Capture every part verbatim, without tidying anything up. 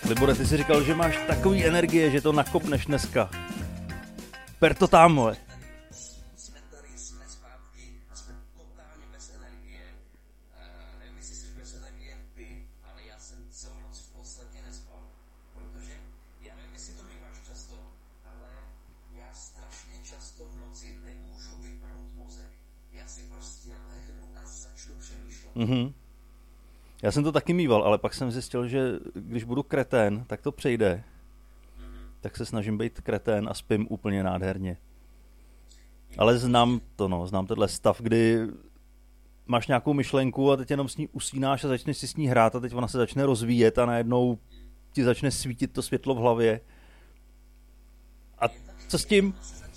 Libore, ty jsi říkal, že máš takový energie, že to nakopneš dneska. Per to tamhle. Jsme tady, jsme zpátky a jsme totálně bez energie. Uh, nevím, jestli jsi bez energie ty, ale já jsem celou noc v podstatě nespal. Protože já nevím, jestli to mýváš často, ale já strašně často v noci nemůžu vypnout mozek. Já si prostě lehnu a začnu přemýšlet. Mhm. Já jsem to taky mýval, ale pak jsem zjistil, že když budu kretén, tak to přejde. Tak se snažím být kretén a spím úplně nádherně. Ale znám to, no, znám tenhle stav, kdy máš nějakou myšlenku a teď jenom s ní usínáš a začneš si s ní hrát a teď ona se začne rozvíjet a najednou ti začne svítit to světlo v hlavě. A co s tím?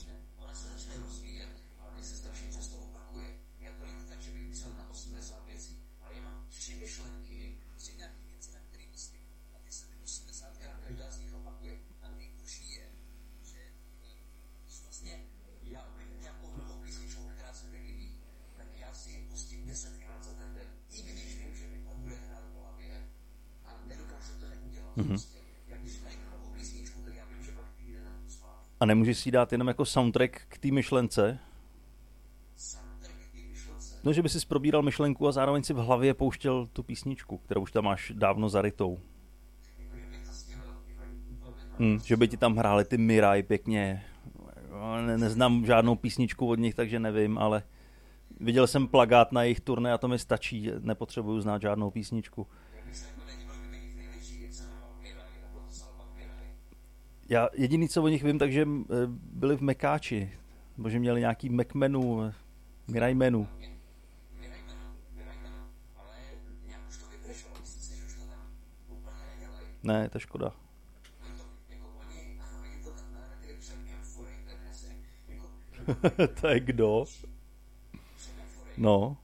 Mm-hmm. A nemůžeš si dát jenom jako soundtrack k té myšlence? No, že by si probíral myšlenku a zároveň si v hlavě pouštěl tu písničku, kterou už tam máš dávno zarytou. Hmm, že by ti tam hráli ty Mirai pěkně. Ne, neznám žádnou písničku od nich, takže nevím, ale viděl jsem plakát na jejich turné a to mi stačí. Nepotřebuju znát žádnou písničku. Já jediný, co o nich vím, takže byli v Mekáči, nebo že měli nějaký Macmenu, Mirai menu. Ne, to je škoda. To je kdo? No.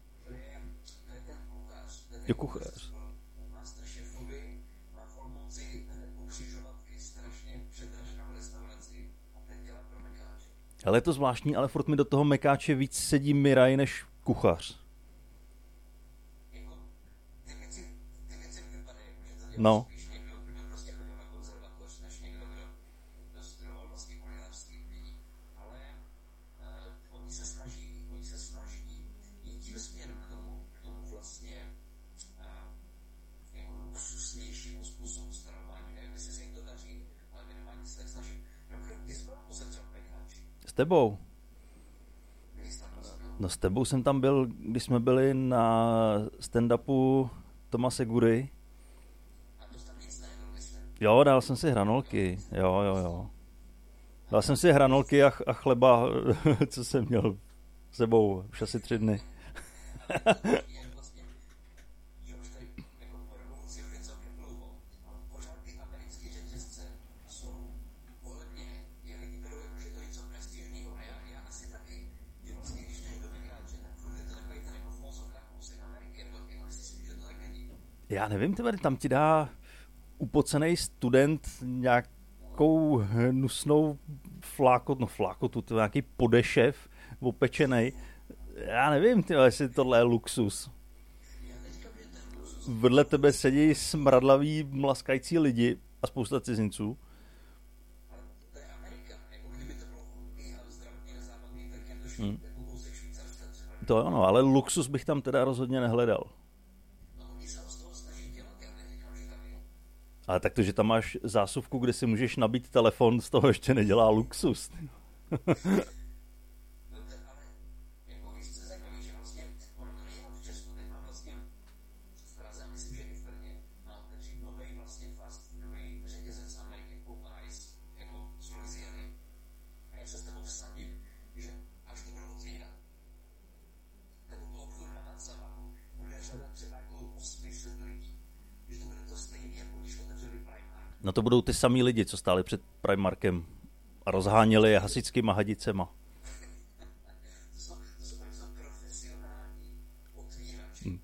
Je kuchař. Ale je to zvláštní, ale furt mi do toho Mekáče víc sedí Mirai než kuchař. No. S tebou? No s tebou jsem tam byl, když jsme byli na stand-upu Toma Segury. Jo, dal jsem si hranolky. Jo, jo, jo. Dal jsem si hranolky a, a chleba, co jsem měl s sebou už asi tři dny. Já nevím, tyhle, tam ti dá upocený student nějakou hnusnou flákotu, no flákotu, to je nějaký podešev, opečenej. Já nevím, tyhle, jestli tohle je luxus. Vedle tebe sedí smradlaví, mlaskající lidi a spousta cizinců. Hmm. To ano, ale luxus bych tam teda rozhodně nehledal. Ale tak to, že tam máš zásuvku, kde si můžeš nabít telefon, z toho ještě nedělá luxus. No to budou ty samý lidi, co stáli před Primarkem a rozháněli je hasičskýma hadicema. Hmm.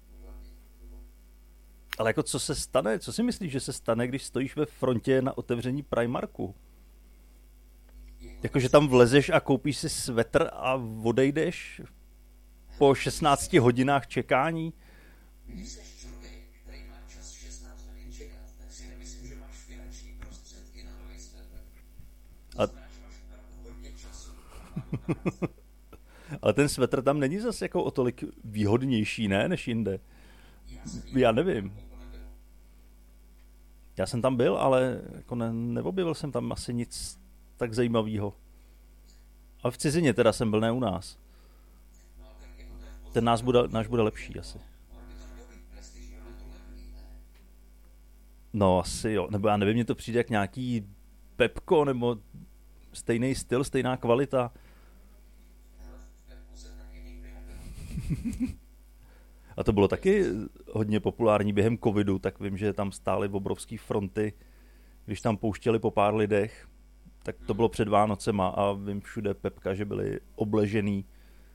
Ale jako co se stane? Co si myslíš, že se stane, když stojíš ve frontě na otevření Primarku? Jakože tam vlezeš a koupíš si svetr a odejdeš po šestnácti hodinách čekání? Ale ten svetr tam není zase jako o tolik výhodnější, ne, než jinde. Já nevím. Já jsem tam byl, ale jako ne, neobjevil jsem tam asi nic tak zajímavého. Ale v cizině teda jsem byl, ne u nás. Ten náš bude, náš bude lepší asi. No asi jo, nebo já nevím, mně to přijde jak nějaký Pepko, nebo stejný styl, stejná kvalita. A to bylo taky hodně populární během covidu, tak vím, že tam stály obrovský fronty, když tam pouštěli po pár lidech, tak to bylo před Vánocema a vím všude Pepka, že byli obležený.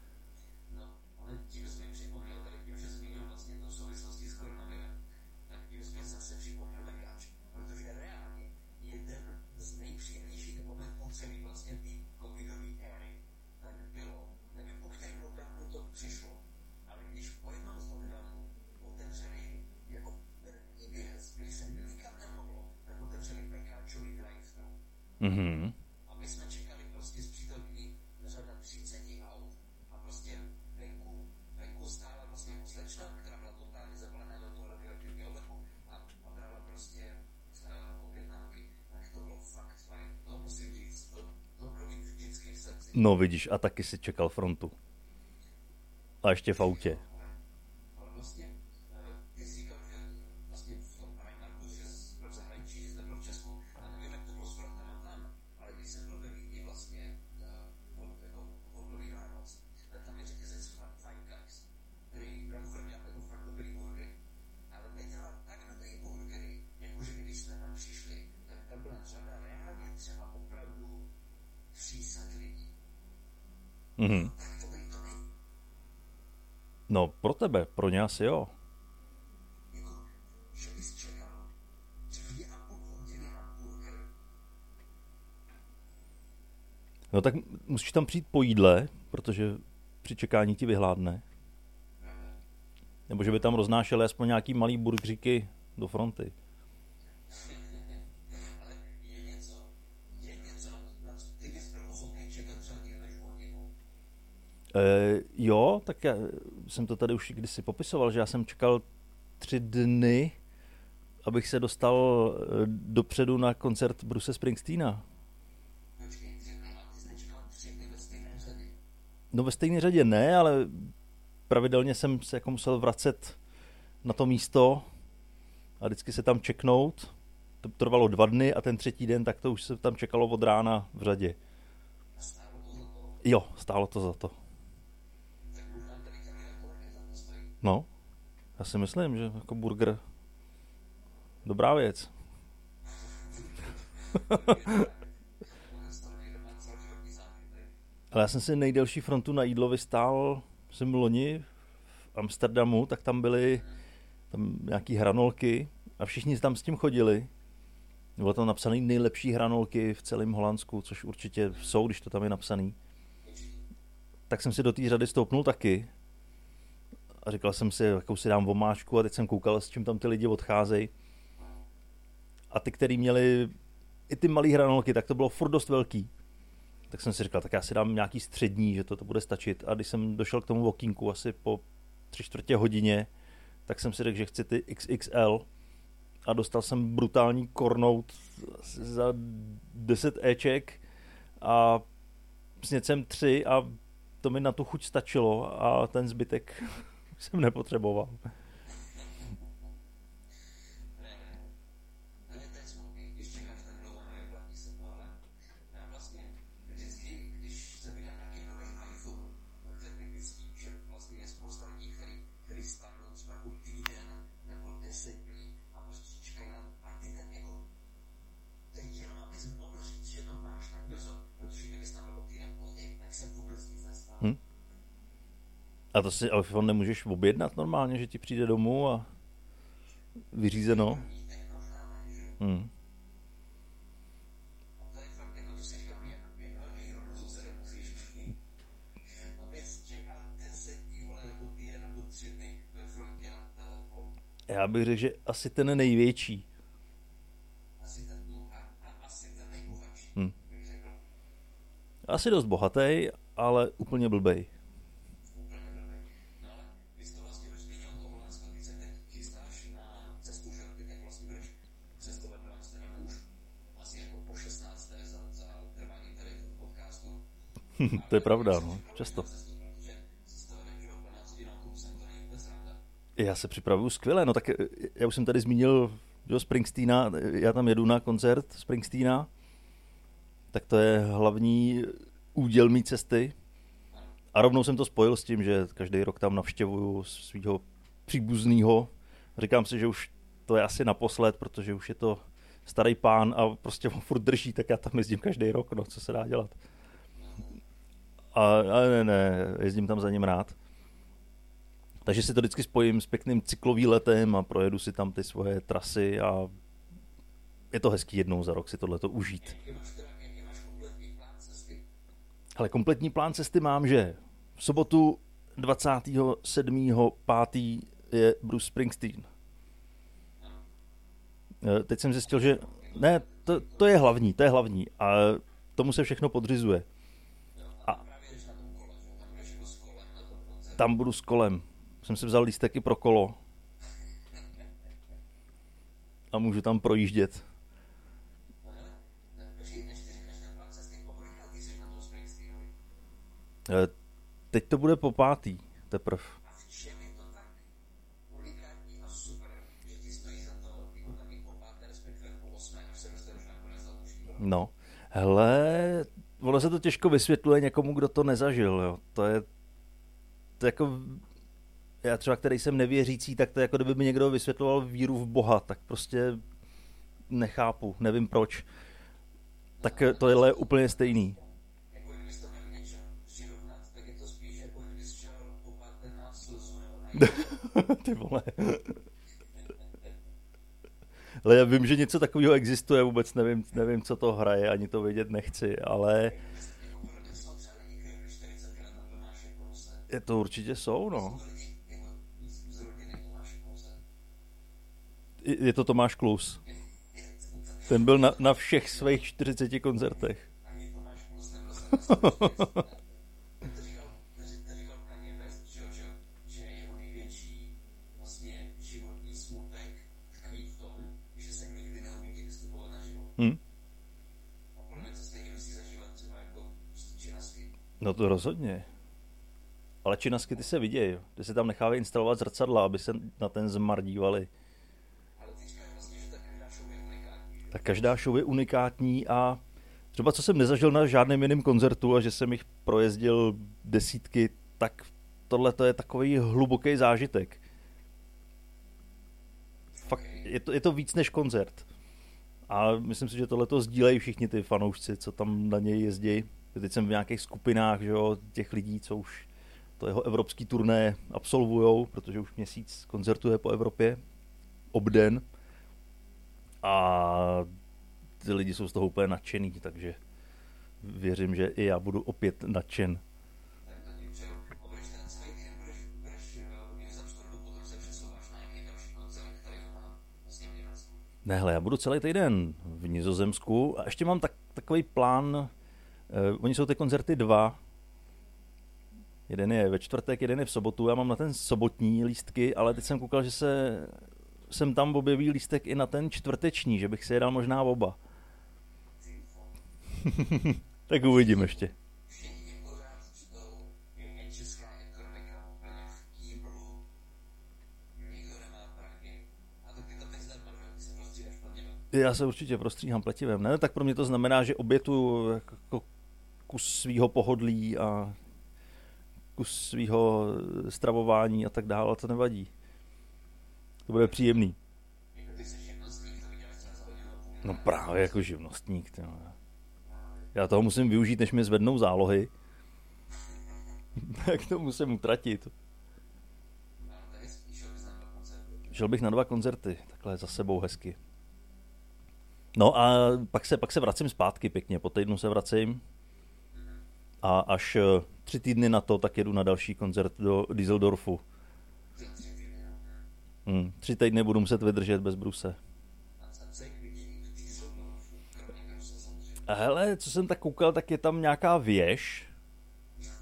Mm-hmm. A my jsme čekali prostě z přítelkyní řada třicet aut a prostě venku, venku stála vlastně slečna, která byla totálně zabalená do toho radioaktivního leku a, a brala prostě uh, objednávky. Tak to bylo fakt fajn. To musím říct, to, to bylo mít vždycky v srdci. No vidíš, a taky si čekal frontu. A ještě v autě. Ale vlastně, uh, ty jsi říkal, že vlastně v tom Primarku, že jsi byl v zahraničí, že jsi nebyl v Česku, a nevím, jak to bylo s frontama tam, ale když jsem byl ve Vídni vlastně uh, jako odlový Vánoc, tak tam je řetězec Five Guys, který opravdu vrměl jako fakt dobrý burgery, ale nedělal tak dobrý burgery, jakože když jsme tam přišli, tak tam byla řada reálně třeba opravdu tři sta lidí. Mhm. Tak to by to není. No pro tebe, pro ně asi jo. Jako, že bys čekal dvě a půl hodiny na burger. No tak musíš tam přijít po jídle, protože při čekání ti vyhládne. Nebo že by tam roznášeli aspoň nějaký malý burgeríky do fronty. Ale je něco, je něco, na co ty bys byl ochotný čekat třeba díl než hodinu. E, jo, tak já jsem to tady už kdysi popisoval, že já jsem čekal tři dny, abych se dostal e, dopředu na koncert Bruce Springsteena. Počkej, tři dny, a ty jsi nečekal tři dny ve stejné řadě. No ve stejné řadě ne, ale pravidelně jsem se jako musel vracet na to místo a vždycky se tam čeknout. To trvalo dva dny a ten třetí den, tak to už se tam čekalo od rána v řadě. A stálo to za to. Jo, stálo to za to. Tak možná tady Kamila to také za to stojí. No, já si myslím, že jako burger dobrá věc. Tohle z toho někdo má celoživotní zážitek. Ale já jsem si nejdelší frontu na jídlo vystál, jsem loni v Amsterdamu, tak tam byly tam nějaký hranolky a všichni tam s tím chodili. Bylo tam napsané nejlepší hranolky v celém Holandsku, což určitě jsou, když to tam je napsaný. Tak jsem si do té řady stoupnul taky a říkal jsem si, jakou si dám vomáčku a teď jsem koukal, s čím tam ty lidi odcházejí. A ty, který měli i ty malý hranolky, tak to bylo furt dost velký. Tak jsem si říkal, tak já si dám nějaký střední, že to, to bude stačit. A když jsem došel k tomu okýnku asi po tři čtvrtě hodině, tak jsem si řekl, že chci ty X X L a dostal jsem brutální kornout za deset éček a snědl jsem tři a to mi na tu chuť stačilo a ten zbytek jsem nepotřeboval. Ale to je smutný, když čekáš tak dlouho na vyplatí se to, ale já vlastně vždycky, když se vydá nějaký nový iPhone, tak mi myslím, že vlastně je spousta lidí, který, který stáhnou třeba u týden nebo deset dní a prostě čekají na a ty ten jako teď jenom abys mohl říct, že to máš tak brzo, protože kdybys tam byl týden později, tak se vůbec nic nestalo. Hm? A to si iPhone nemůžeš objednat normálně, že ti přijde domů a vyřízeno? Hmm. To je fakt jako to si říkám, jak velký rozdíl se nemusíš mít. Abys čekal deset dní, vole, nebo týden, nebo tři dny ve frontě na telefon. Já bych řekl, že asi ten největší. Asi ten, a, a asi ten nejbohatší, Hm. bych řekl. Asi dost bohatý ale úplně blbej. Úplně blbý. No ale vy jste vlastně už zmínil to Holandsko, ty se teď chystáš na cestu, že ty teď vlastně budeš cestovat do Amsterdamu už vlastně jako po šestnácté za, za trvání tady toho podcastu. To je pravda, no, často. Já se připravuju skvěle, no tak já už jsem tady zmínil jo, Springsteena, já tam jedu na koncert Springsteena, tak to je hlavní úděl mý cesty. A rovnou jsem to spojil s tím, že každý rok tam navštěvuju svého příbuznýho. Říkám si, že už to je asi naposled, protože už je to starý pán a prostě ho furt drží, tak já tam jezdím každý rok, no, co se dá dělat. A, a ne, ne, jezdím tam za ním rád. Takže si to vždycky spojím s pěkným cyklovým letem a projedu si tam ty svoje trasy a je to hezký jednou za rok si tohleto užít. Hele, kompletní plán cesty mám, že v sobotu dvacátého sedmého pátého je Bruce Springsteen. Teď jsem zjistil, že ne, to, to je hlavní, to je hlavní a tomu se všechno podřizuje. A tam budu s kolem. Jsem si vzal lístek i pro kolo. A můžu tam projíždět. Teď to bude po pátý, teprv. No, hele, ono se to těžko vysvětluje někomu, kdo to nezažil, jo. To je, to je jako, já třeba, který jsem nevěřící, tak to je jako kdyby mi někdo vysvětloval víru v Boha, tak prostě nechápu, nevím proč. Tak tohle je úplně stejný. Ty vole. Ale já vím, že něco takového existuje, vůbec nevím, nevím, co to hraje, ani to vědět nechci, ale je to určitě jsou, no. Je to Tomáš Klus. Ten byl na, na všech svých čtyřiceti koncertech. Hmm. No to rozhodně. Ale činasky ty se vidějí, ty se tam nechávají instalovat zrcadla, aby se na ten zmar dívali. Tak každá show je unikátní a třeba co jsem nezažil na žádném jiném koncertu a že jsem jich projezdil desítky, tak tohle to je takový hluboký zážitek. Fakt, je to, je to víc než koncert. A myslím si, že tohleto sdílejí všichni ty fanoušci, co tam na něj jezdí. Teď jsem v nějakých skupinách, že jo, těch lidí, co už to jeho evropský turné absolvujou, protože už měsíc koncertuje po Evropě obden. A ty lidi jsou z toho úplně nadšený, takže věřím, že i já budu opět nadšen. Nehle, já budu celý týden v Nizozemsku a ještě mám tak, takový plán, eh, oni jsou ty koncerty dva, jeden je ve čtvrtek, jeden je v sobotu, já mám na ten sobotní lístky, ale teď jsem koukal, že se jsem tam objeví lístek i na ten čtvrteční, že bych si je dal možná oba. Tak uvidím ještě. Já se určitě prostříhám pletivem, ne? Tak pro mě to znamená, že obětu jako kus svýho pohodlí a kus svýho stravování a tak dále, to nevadí. To bude příjemný. No právě jako živnostník. Tyjo. Já toho musím využít, než mi zvednou zálohy. Tak to musím utratit. Šel bych na dva koncerty, takhle za sebou hezky. No a pak se, pak se vracím zpátky pěkně, po týdnu se vracím. A až tři týdny na to, tak jedu na další koncert do Düsseldorfu. Hmm, tři týdny budu muset vydržet bez Bruce. A hele, co jsem tak koukal, tak je tam nějaká věž.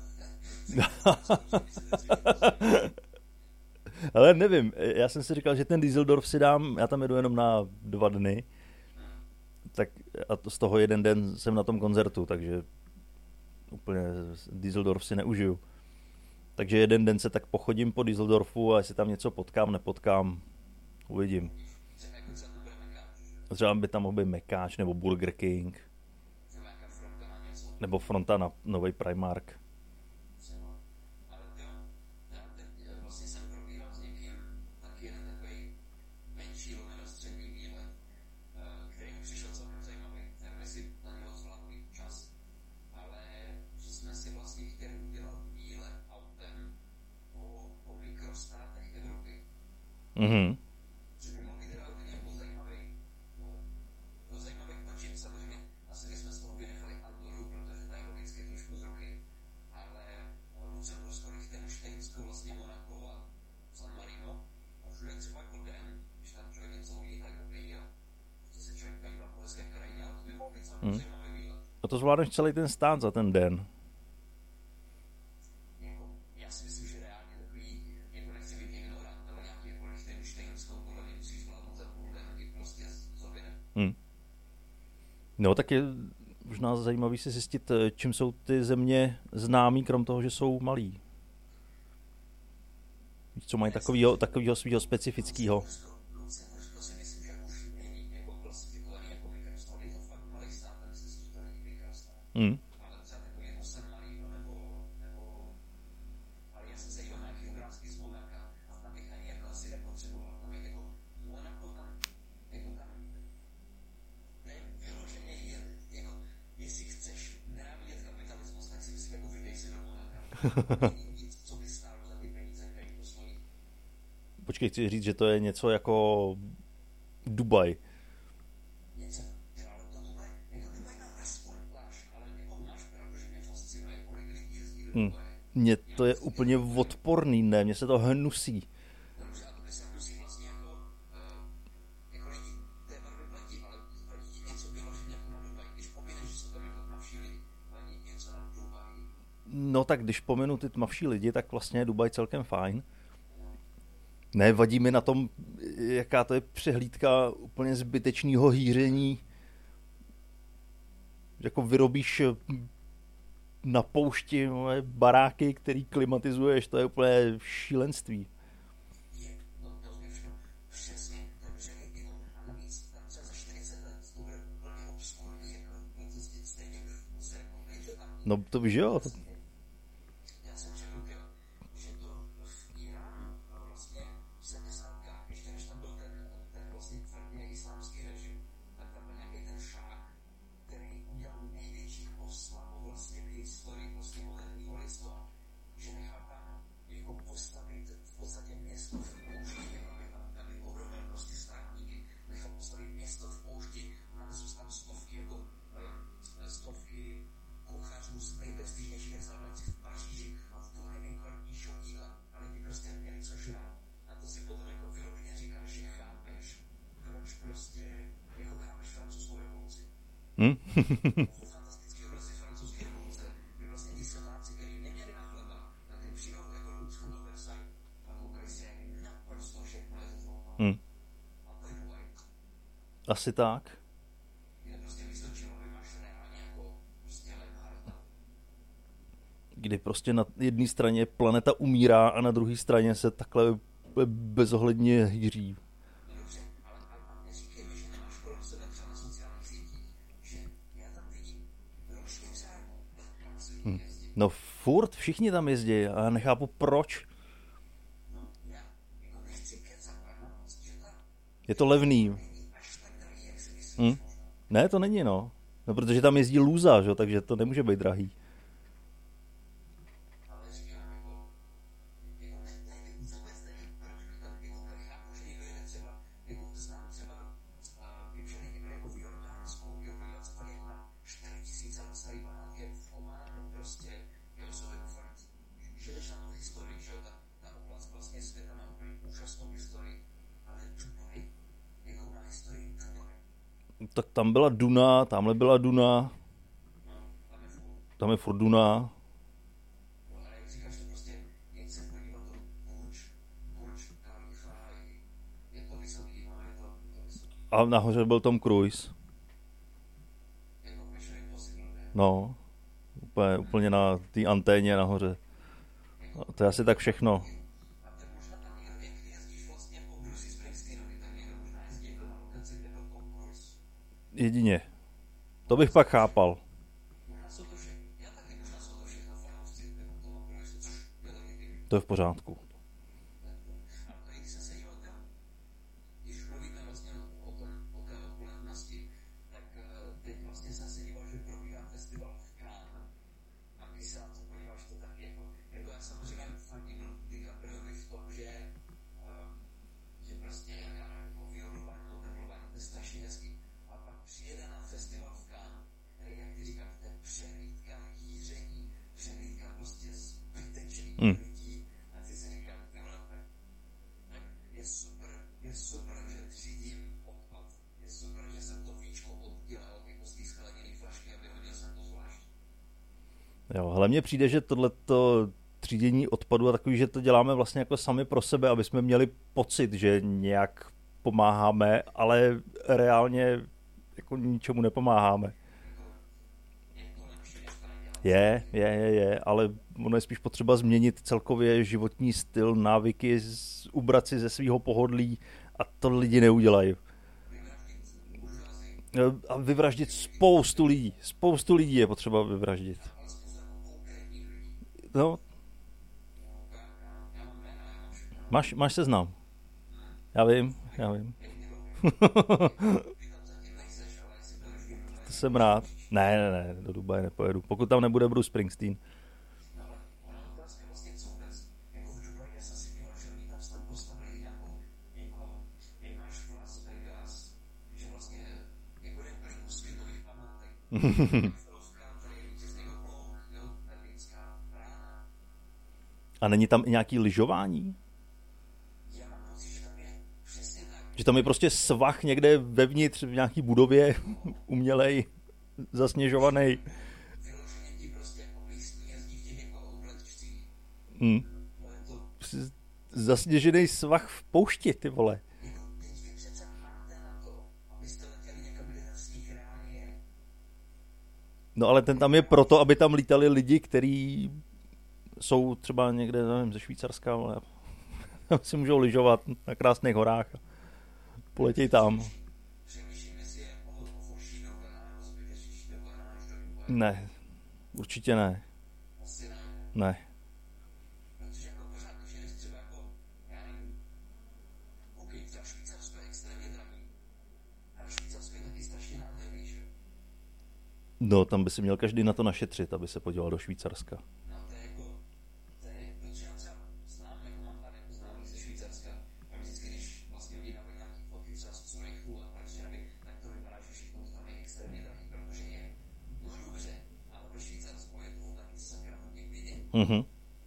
Ale nevím, já jsem si říkal, že ten Düsseldorf si dám, já tam jedu jenom na dva dny, tak a to z toho jeden den jsem na tom koncertu, takže úplně Düsseldorf si neužiju. Takže jeden den se tak pochodím po Düsseldorfu a jestli tam něco potkám, nepotkám, uvidím. Třeba by tam mohl být Mekáč nebo Burger King. Nebo fronta na nový Primark. Mhm. Hmm. A to zvládneš celý ten stát za ten den. Hmm. No, tak je možná zajímavý si zjistit, čím jsou ty země známý, krom toho, že jsou malý. Co mají takovýho, takovýho svýho specifického. Hmm. Počkej, chci říct, že to je něco jako Dubaj. Hmm. Mně to je úplně odporný, ne? Mně se to hnusí. No tak když pomenu ty tmavší lidi, tak vlastně je Dubaj celkem fajn. Ne, vadí mi na tom, jaká to je přehlídka úplně zbytečného hýření. Jako vyrobíš na poušti baráky, který klimatizuješ, to je úplně šílenství. No to víš, jo. Hm? hm. Asi tak. Kdy prostě na jedné straně planeta umírá a na druhé straně se takhle bezohledně hýří. Hm. No furt, všichni tam jezdí a já nechápu proč. Je to levný. Hm? Ne, to není, no. No, protože tam jezdí lůza, že? Takže to nemůže být drahý. Tak tam byla Duna, tamhle byla Duna, tam je furt Duna. A nahoře byl Tom Cruise. Jako Mission Impossible, ne? No, úplně, úplně na té anténě nahoře. A to je asi tak všechno. A tak možná tam někdo, jak jezdíš vlastně po Bruce Springsteenovi, tak někdo možná jezdí jako na lokaci, kde byl Tom Cruise. Jedině. To bych pak chápal. Možná jsou to všechno. Já taky možná jsou to všechno fanoušci jako Toma Cruise, což je legitimní. To je v pořádku. A tady, když jsem se díval tam, když mluvíme vlastně o, tom, o té odpolednosti, tak eh, teď vlastně jsem se díval, že probíhá festival v Cannes. A když se na to podíváš, to taky jako, jako já samozřejmě fandím DiCapriovi v tom, že, um, že prostě, já nevím, jako vyoblování, to teplování, to je strašně hezký. A pak přijede na festival v Cannes, který, jak ty říkáš, to je přehlídka, jíření, přehlídka prostě zbytečných Hmm. lidí. A ty si říkám, ty vole, tak tak je super, je super, že třídím odpad. Je super, že jsem to víčko oddělal jako z té skleněné flašky a vyhodil jsem to zvlášť. Jo, ale mně přijde, že tohleto třídění odpadu a takový, že to děláme vlastně jako sami pro sebe, aby jsme měli pocit, že nějak pomáháme, ale reálně jako ničemu nepomáháme. Je to lepší, než to nedělat. Je, je, je, je, ale ono je spíš potřeba změnit celkově životní styl, návyky, z- ubrat si ze svého pohodlí a to lidi neudělají. Vyvraždit buržoazii, A vyvraždit spoustu lidí, spoustu lidí je potřeba vyvraždit. ale spousta konkrétních lidí. No, Já, já, já mám jména, já mám všechno. máš, máš seznam. Já vím, já vím. Ty tam zatím nejseš, ale jestli budeš v Dubaji, To jsem rád. Ne, ne, ne, do Dubaje nepojedu. Pokud tam nebude Bruce Springsteen. ale ona otázka je vlastně co vůbec. Jako v Dubaji já jsem si díval, že oni tam snad postavili nějakou, jako, jak máš v Las Vegas, že vlastně jako repliku světových památek. Eifflovská, tady je vítězný oblouk, jo, Berlínská brána. A není tam i nějaký lyžování? Já mám pocit, že tam je přesně tak. Že tam je prostě svah někde vevnitř v nějaký budově, umělej, zasněžovaný. Vyloženě ti prostě jako místní jezdí v těch jako outletčcích. Hmm. No je to, Zasněžený svah v poušti, ty vole. jako teď vy přece máte na to, abyste letěli někam, kde ten sníh reálně je. No ale ten tam je proto, aby tam lítali lidi, kteří jsou třeba někde, nevím, ze Švýcarska, ale tam si můžou lyžovat na krásných horách a poletěj tam. Přemýšlím, jestli je pohled oforší do Kana, nebo zbytečnější do Kana, než do Dubaje. Ne, určitě ne, Asi ne. ne. Protože jako pořád, když jedeš třeba jako, já nevím, OK, třeba Švýcarsko je extrémně drahý, ale Švýcarsko je taky strašně nádherný, že? No, tam by si měl každý na to našetřit, aby se podíval do Švýcarska. No to je jako, to je, protože já třeba znám, jako mám tady jako známý ze Švýcarska, a vždycky, když vlastně lidi dávají nějaký fotky třeba z Curychu a pak Žerby, tak to vypadá, že všechno to tam je extrémně drahý, protože je no dobře, ale ve Švýcarsku je to taky sakra hodně vidět. Mhm.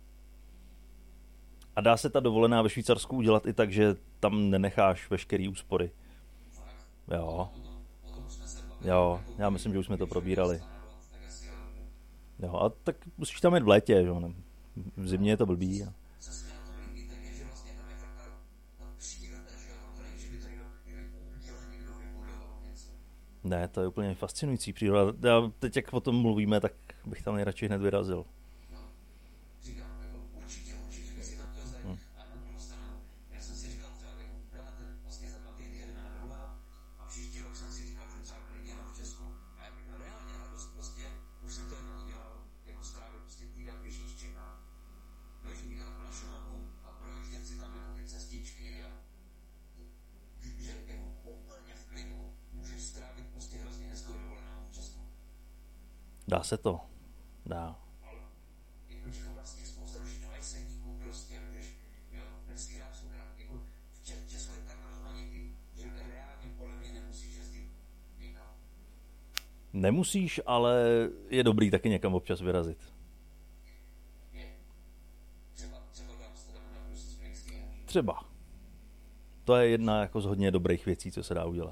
A dá se ta dovolená ve Švýcarsku udělat i tak, že tam nenecháš veškerý úspory. Fakt. Jo, O tom, o tom už jsme se bavili. jo, Jako, já myslím, že už jsme to když probírali. budeš stanovat, tak asi jo. Jo, a tak musíš tam jít v létě, že jo, ne? V zimě je to blbý. A... Co se mi na tom líbí, tak je, že vlastně tam je fakt ta, ta příroda, že jo, tam to není, že by tady udělal někdo vybudoval něco. Ne, to je úplně fascinující příroda. Já teď, jak o tom mluvíme, tak bych tam nejradši hned vyrazil. No, říkám, jako určitě, určitě by si tam to zajít. A na druhou stranu, já jsem si říkal třeba, jako byla ten vlastně za dva týdny jedna na druhá a příští rok jsem si říkal, že třeba klidně jenom v Česku. A já bych měl reálně radost prostě, už jsem to jednou udělal, jako strávit prostě týden v Jižních Čechách. Dojíždím jako na Šumavu a projíždět si tam jako ty cestičky a že jako úplně v klidu můžeš strávit prostě hrozně hezkou dovolenou v Česku. Dá se to. Dá. Jako ticho vlastně spousta už nových sedíků prostě můžeš, jo, hezký rád jako v Čes- Česku je tak rozmanitý, že reálně podle mě nemusíš jezdit nikam. Nemusíš, ale je dobrý taky někam občas vyrazit. Je. Třeba, třeba do Amsterdamu na Bruce Springsteen. Třeba. To je jedna jako z hodně dobrých věcí, co se dá udělat.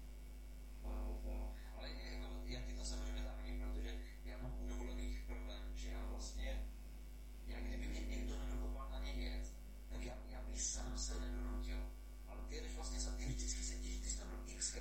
Ale jako, já ti to samozřejmě závidím, protože já mám u dovolených problém, že já vlastně, já kdyby mě někdo nedokopal na ně jet, tak já, já bych sám se nedonutil. Ale ty jedeš vlastně sám, ty vždycky se těšíš, ty jsi tam byl xkrát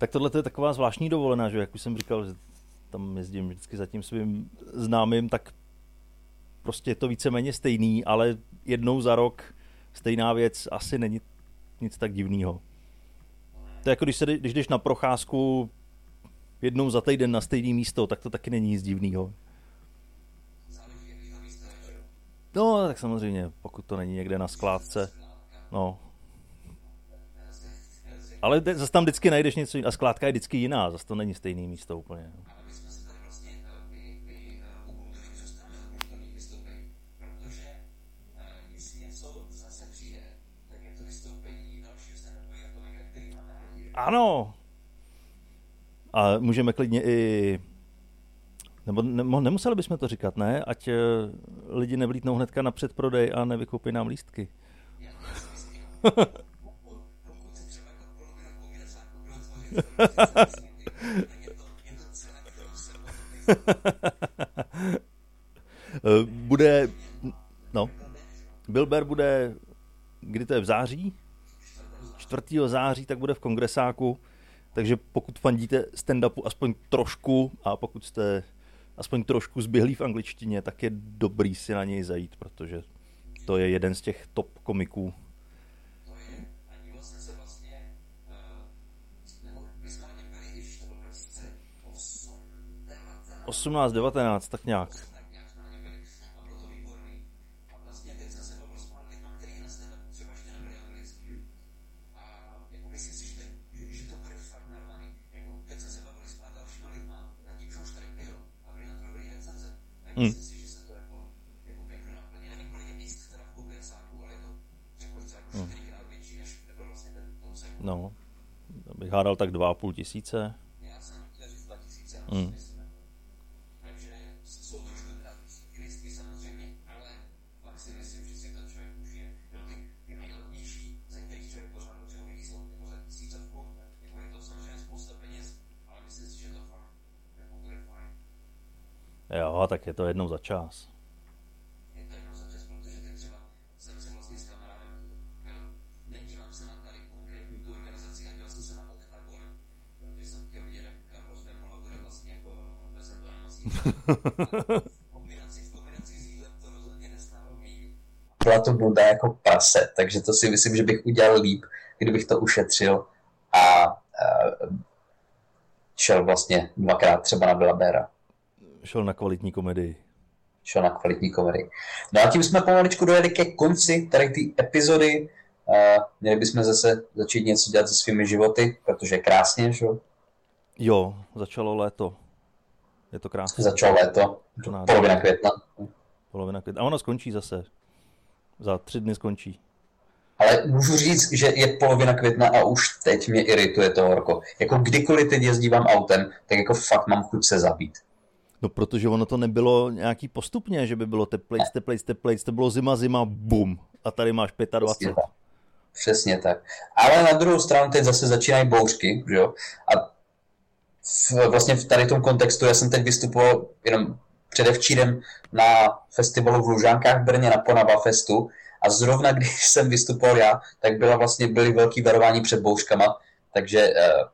Tak tohle je taková zvláštní dovolená, že jak už jsem říkal, že tam jezdím vždycky za tím svým známým, tak prostě je to víceméně stejný, ale jednou za rok stejná věc asi není nic tak divného. To je jako když, se, když jdeš na procházku jednou za týden na stejné místo, tak to taky není nic divného. No, tak samozřejmě, pokud to není někde na skládce. No. Ale zase tam vždycky najdeš něco jiného. A skládka je vždycky jiná, zase to není stejný místo úplně. Ano. A můžeme klidně i... Nebo ne, nemuseli bychom to říkat, ne? Ať lidi nevlítnou hnedka na předprodej a nevykoupí nám lístky. Bude... No. Bilber bude... Kdy to je v září? čtvrtého září, tak bude v Kongresáku. Takže pokud fandíte stand-upu aspoň trošku a pokud jste aspoň trošku zběhlí v angličtině, tak je dobrý si na něj zajít, protože to je jeden z těch top komiků. osmnáct devatenáct, tak nějak. Hmm. Hmm. No, bych hádal tak dva a půl tisíce. Hmm. Jo, tak je to jednou za čas. Je to jednou za čas, protože teď třeba jsem se vlastně s kamarádem, nedívám se na tady konkrétní tu organizaci, a dělal jsem se na Octagon, protože jsem chtěl vidět, jak Carlos Vemola bude vlastně jako prezentovat v kombinaci, v kombinaci s jídlem, to rozhodně nestálo míň. Byla to bunda jako prase, takže to si myslím, že bych udělal líp, kdybych to ušetřil a, a šel vlastně dvakrát třeba na Bilabera. Šel na kvalitní komedii. Šel na kvalitní komedii. No a tím jsme pomaličku dojeli ke konci tady ty epizody. Uh, měli bychom zase začít něco dělat se svými životy, protože je krásně, že? Jo, začalo léto. Je to krásné. Začalo léto. Polovina května. Polovina května. A ono skončí zase. Za tři dny skončí. Ale můžu říct, že je polovina května a už teď mě irituje to horko. Jako kdykoliv teď jezdívám autem, tak jako fakt mám chuť se zabít. No, protože ono to nebylo nějaký postupně, že by bylo teplejc, teplejc, teplejc, to bylo zima, zima, bum. A tady máš dvacet pět. Přesně tak. Přesně tak. Ale na druhou stranu teď zase začínají bouřky, že jo? A v, vlastně v tady tom kontextu já jsem teď vystupoval jenom předevčírem na festivalu v Lužánkách v Brně na Ponava Festu a zrovna když jsem vystupoval já, tak byla vlastně, byly velký varování před bouřkama, takže uh,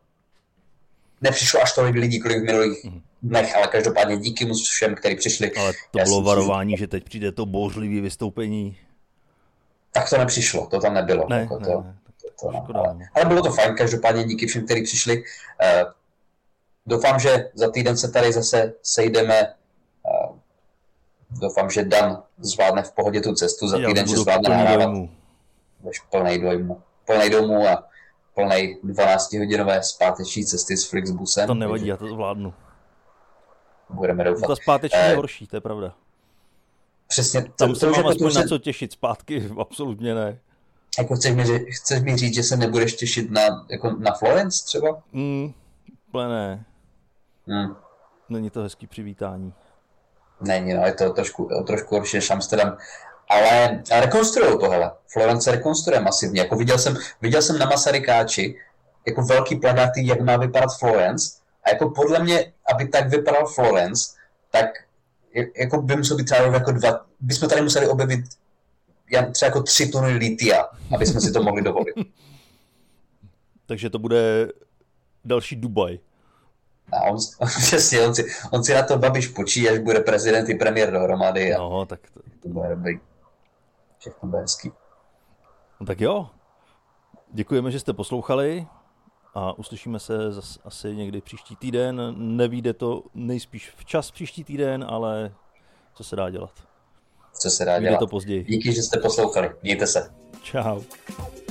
nepřišlo až tolik lidí, kolik v minulých mm. dnech, ale každopádně díky mu všem, kteří přišli. Ale to já bylo varování, že teď přijde to bouřlivé vystoupení. Tak to nepřišlo, to tam nebylo. Ne, jako ne, to, ne. To, to, to, ale, ale bylo to fajn, každopádně díky všem, kteří přišli. Uh, doufám, že za týden se tady zase sejdeme. Uh, doufám, že Dan zvládne v pohodě tu cestu, za týden, že zvládne nahrávat. Budeš plnej dojmu. Plnej domů a plnej dvanáctihodinové zpáteční cesty s Flixbusem. To nevadí, já to zvládnu. Budeme doufat. To zpáteční je horší, to je pravda. Přesně. Tam to, se to, mám aspoň na co těšit, zpátky absolutně ne. Jako chceš mi, chceš mi říct, že se nebudeš těšit na, jako na Florence třeba? Mm, úplně ne. Hmm. Není to hezký přivítání. Není, no, je to trošku, trošku horší než Amsterdam. Ale rekonstruují to, hele. Florence rekonstruuje masivně. Jako viděl jsem, viděl jsem na Masarykáči jako velký plakáty, jak má vypadat Florence. A jako podle mě, aby tak vypadal Florence, tak jako by musel být třeba jako dva, bychom tady museli objevit třeba jako tři tuny litia, aby jsme si to mohli dovolit. Takže to bude další Dubaj. A on, on, přesně, on si, on si na to Babiš počí, až bude prezident i premiér dohromady. A No, tak to... to bude dobrý. Všechno bude hezký. No tak jo. Děkujeme, že jste poslouchali a uslyšíme se zase asi někdy příští týden. Nevíde to nejspíš včas příští týden, ale co se dá dělat? Co se dá Vyjde dělat. to později. Díky, že jste poslouchali. Mějte se. Čau.